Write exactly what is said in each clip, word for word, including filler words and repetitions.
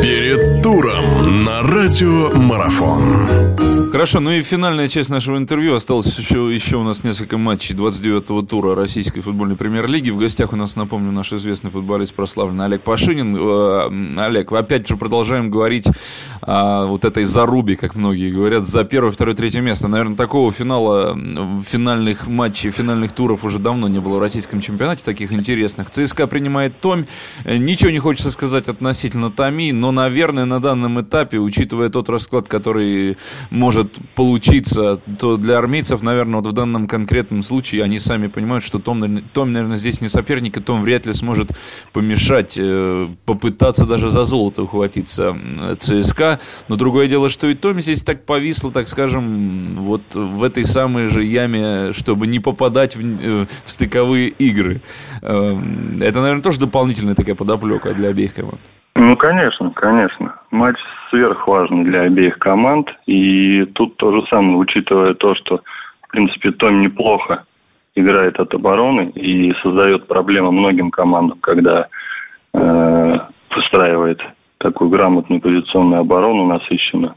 Перед туром на радио Марафон. Хорошо, ну и финальная часть нашего интервью. Осталось еще, еще у нас несколько матчей двадцать девятого тура российской футбольной премьер-лиги. В гостях у нас, напомню, наш известный футболист, прославленный Олег Пашинин. Олег, опять же продолжаем говорить о вот этой зарубе, как многие говорят, за первое, второе, третье место. Наверное, такого финала, финальных матчей, финальных туров уже давно не было в российском чемпионате, таких интересных. ЦСКА принимает Томь. Ничего не хочется сказать относительно Томи, но, наверное, на данном этапе, учитывая тот расклад, который может получиться, то для армейцев, наверное, вот в данном конкретном случае они сами понимают, что Том, Том, наверное, здесь не соперник, и Том вряд ли сможет помешать, э, попытаться даже за золото ухватиться ЦСКА. Но другое дело, что и Том здесь так повисло, так скажем, вот в этой самой же яме, чтобы не попадать в, э, в стыковые игры. Э, это, наверное, тоже дополнительная такая подоплека для обеих команд. Ну, конечно, конечно. Матч сверхважный для обеих команд. И тут то же самое, учитывая то, что, в принципе, Том неплохо играет от обороны и создает проблемы многим командам, когда э, выстраивает такую грамотную позиционную оборону, насыщенную,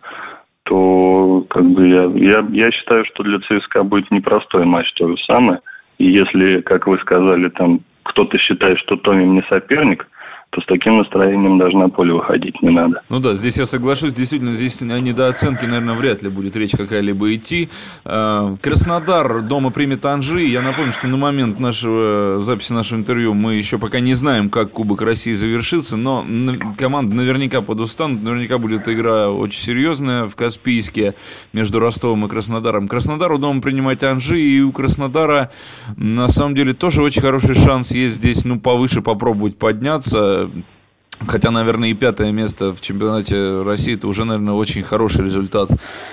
то как бы я, я, я считаю, что для ЦСКА будет непростой матч то же самое. И если, как вы сказали, там кто-то считает, что Том им не соперник, то с таким настроением даже на поле выходить не надо. Ну да, здесь я соглашусь, действительно, здесь о недооценке, наверное, вряд ли будет речь какая-либо идти. Краснодар дома примет Анжи. Я напомню, что на момент нашего записи нашего интервью мы еще пока не знаем, как Кубок России завершится, но команды наверняка подустанут, наверняка будет игра очень серьезная в Каспийске между Ростовом и Краснодаром. Краснодару дома принимать Анжи, и у Краснодара на самом деле тоже очень хороший шанс есть здесь, ну, повыше попробовать подняться. Хотя, наверное, и пятое место в чемпионате России – это уже, наверное, очень хороший результат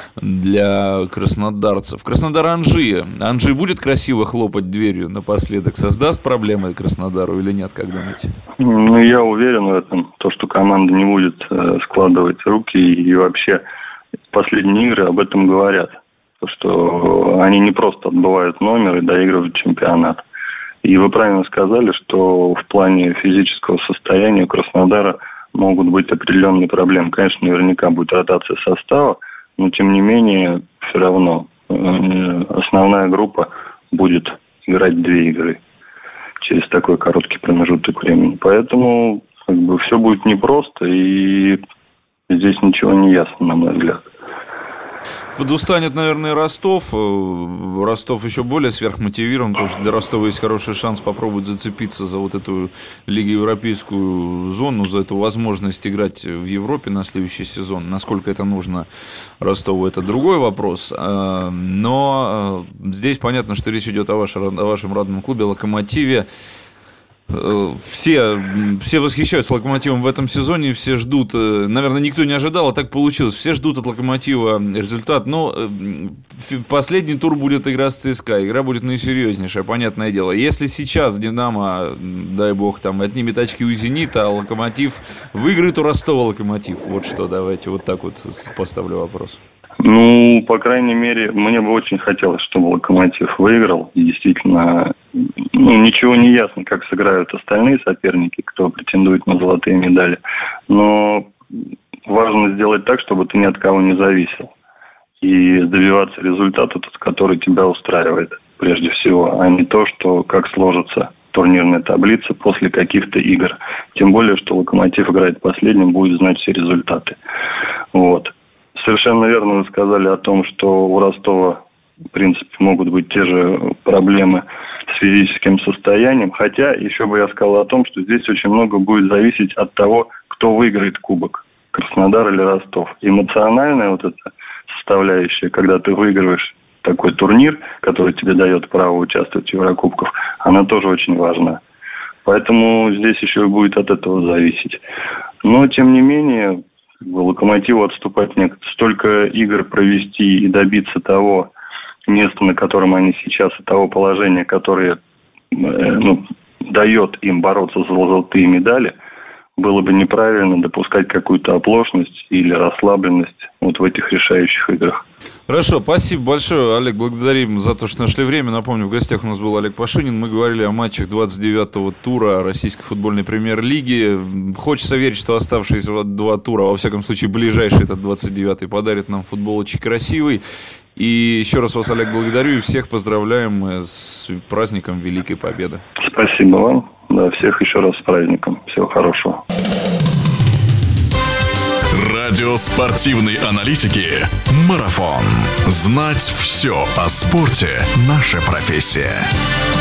для краснодарцев. Краснодар-Анжи. Анжи будет красиво хлопать дверью напоследок? Создаст проблемы Краснодару или нет, как думаете? Ну, я уверен в этом. То, что команда не будет э, складывать руки, и вообще последние игры об этом говорят. То, что они не просто отбывают номер и доигрывают чемпионат. И вы правильно сказали, что в плане физического состояния у Краснодара могут быть определенные проблемы. Конечно, наверняка будет ротация состава, но тем не менее, все равно основная группа будет играть две игры через такой короткий промежуток времени. Поэтому как бы, все будет непросто, и здесь ничего не ясно, на мой взгляд. Подустанет, наверное, Ростов. Ростов еще более сверхмотивирован, потому что для Ростова есть хороший шанс попробовать зацепиться за вот эту Лигу Европейскую зону, за эту возможность играть в Европе на следующий сезон. Насколько это нужно Ростову, это другой вопрос. Но здесь понятно, что речь идет о вашем, о вашем родном клубе «Локомотиве». Все, все восхищаются «Локомотивом» в этом сезоне, все ждут, наверное, никто не ожидал, а так получилось, все ждут от «Локомотива» результат, но последний тур будет игра с ЦСКА, игра будет наисерьезнейшая, понятное дело. Если сейчас «Динамо», дай бог, там отнимет очки у «Зенита», а «Локомотив» выиграет у Ростова «Локомотив», вот что, давайте вот так вот поставлю вопрос. Ну, по крайней мере, мне бы очень хотелось, чтобы «Локомотив» выиграл. И действительно, ну, ничего не ясно, как сыграют остальные соперники, кто претендует на золотые медали. Но важно сделать так, чтобы ты ни от кого не зависел. И добиваться результата, тот, который тебя устраивает, прежде всего, а не то, что как сложится турнирная таблица после каких-то игр. Тем более, что «Локомотив» играет последним, будет знать все результаты. Вот. Совершенно верно вы сказали о том, что у Ростова, в принципе, могут быть те же проблемы с физическим состоянием. Хотя, еще бы я сказал о том, что здесь очень много будет зависеть от того, кто выиграет кубок, Краснодар или Ростов. Эмоциональная вот эта составляющая, когда ты выигрываешь такой турнир, который тебе дает право участвовать в Еврокубках, она тоже очень важна. Поэтому здесь еще и будет от этого зависеть. Но, тем не менее, «Локомотиву» отступать нет. Столько игр провести и добиться того места, на котором они сейчас, и того положения, которое э, ну, дает им бороться за золотые медали, было бы неправильно допускать какую-то оплошность или расслабленность вот в этих решающих играх. Хорошо, спасибо большое, Олег, благодарим за то, что нашли время. Напомню, в гостях у нас был Олег Пашинин. Мы говорили о матчах двадцать девятого тура российской футбольной премьер-лиги. Хочется верить, что оставшиеся два тура, во всяком случае ближайший, этот двадцать девятый, подарит нам футбол очень красивый. И еще раз вас, Олег, благодарю и всех поздравляем с праздником Великой Победы. Спасибо вам. Да, всех еще раз с праздником. Всего хорошего. Радио спортивной аналитики «Марафон». Знать все о спорте – наша профессия.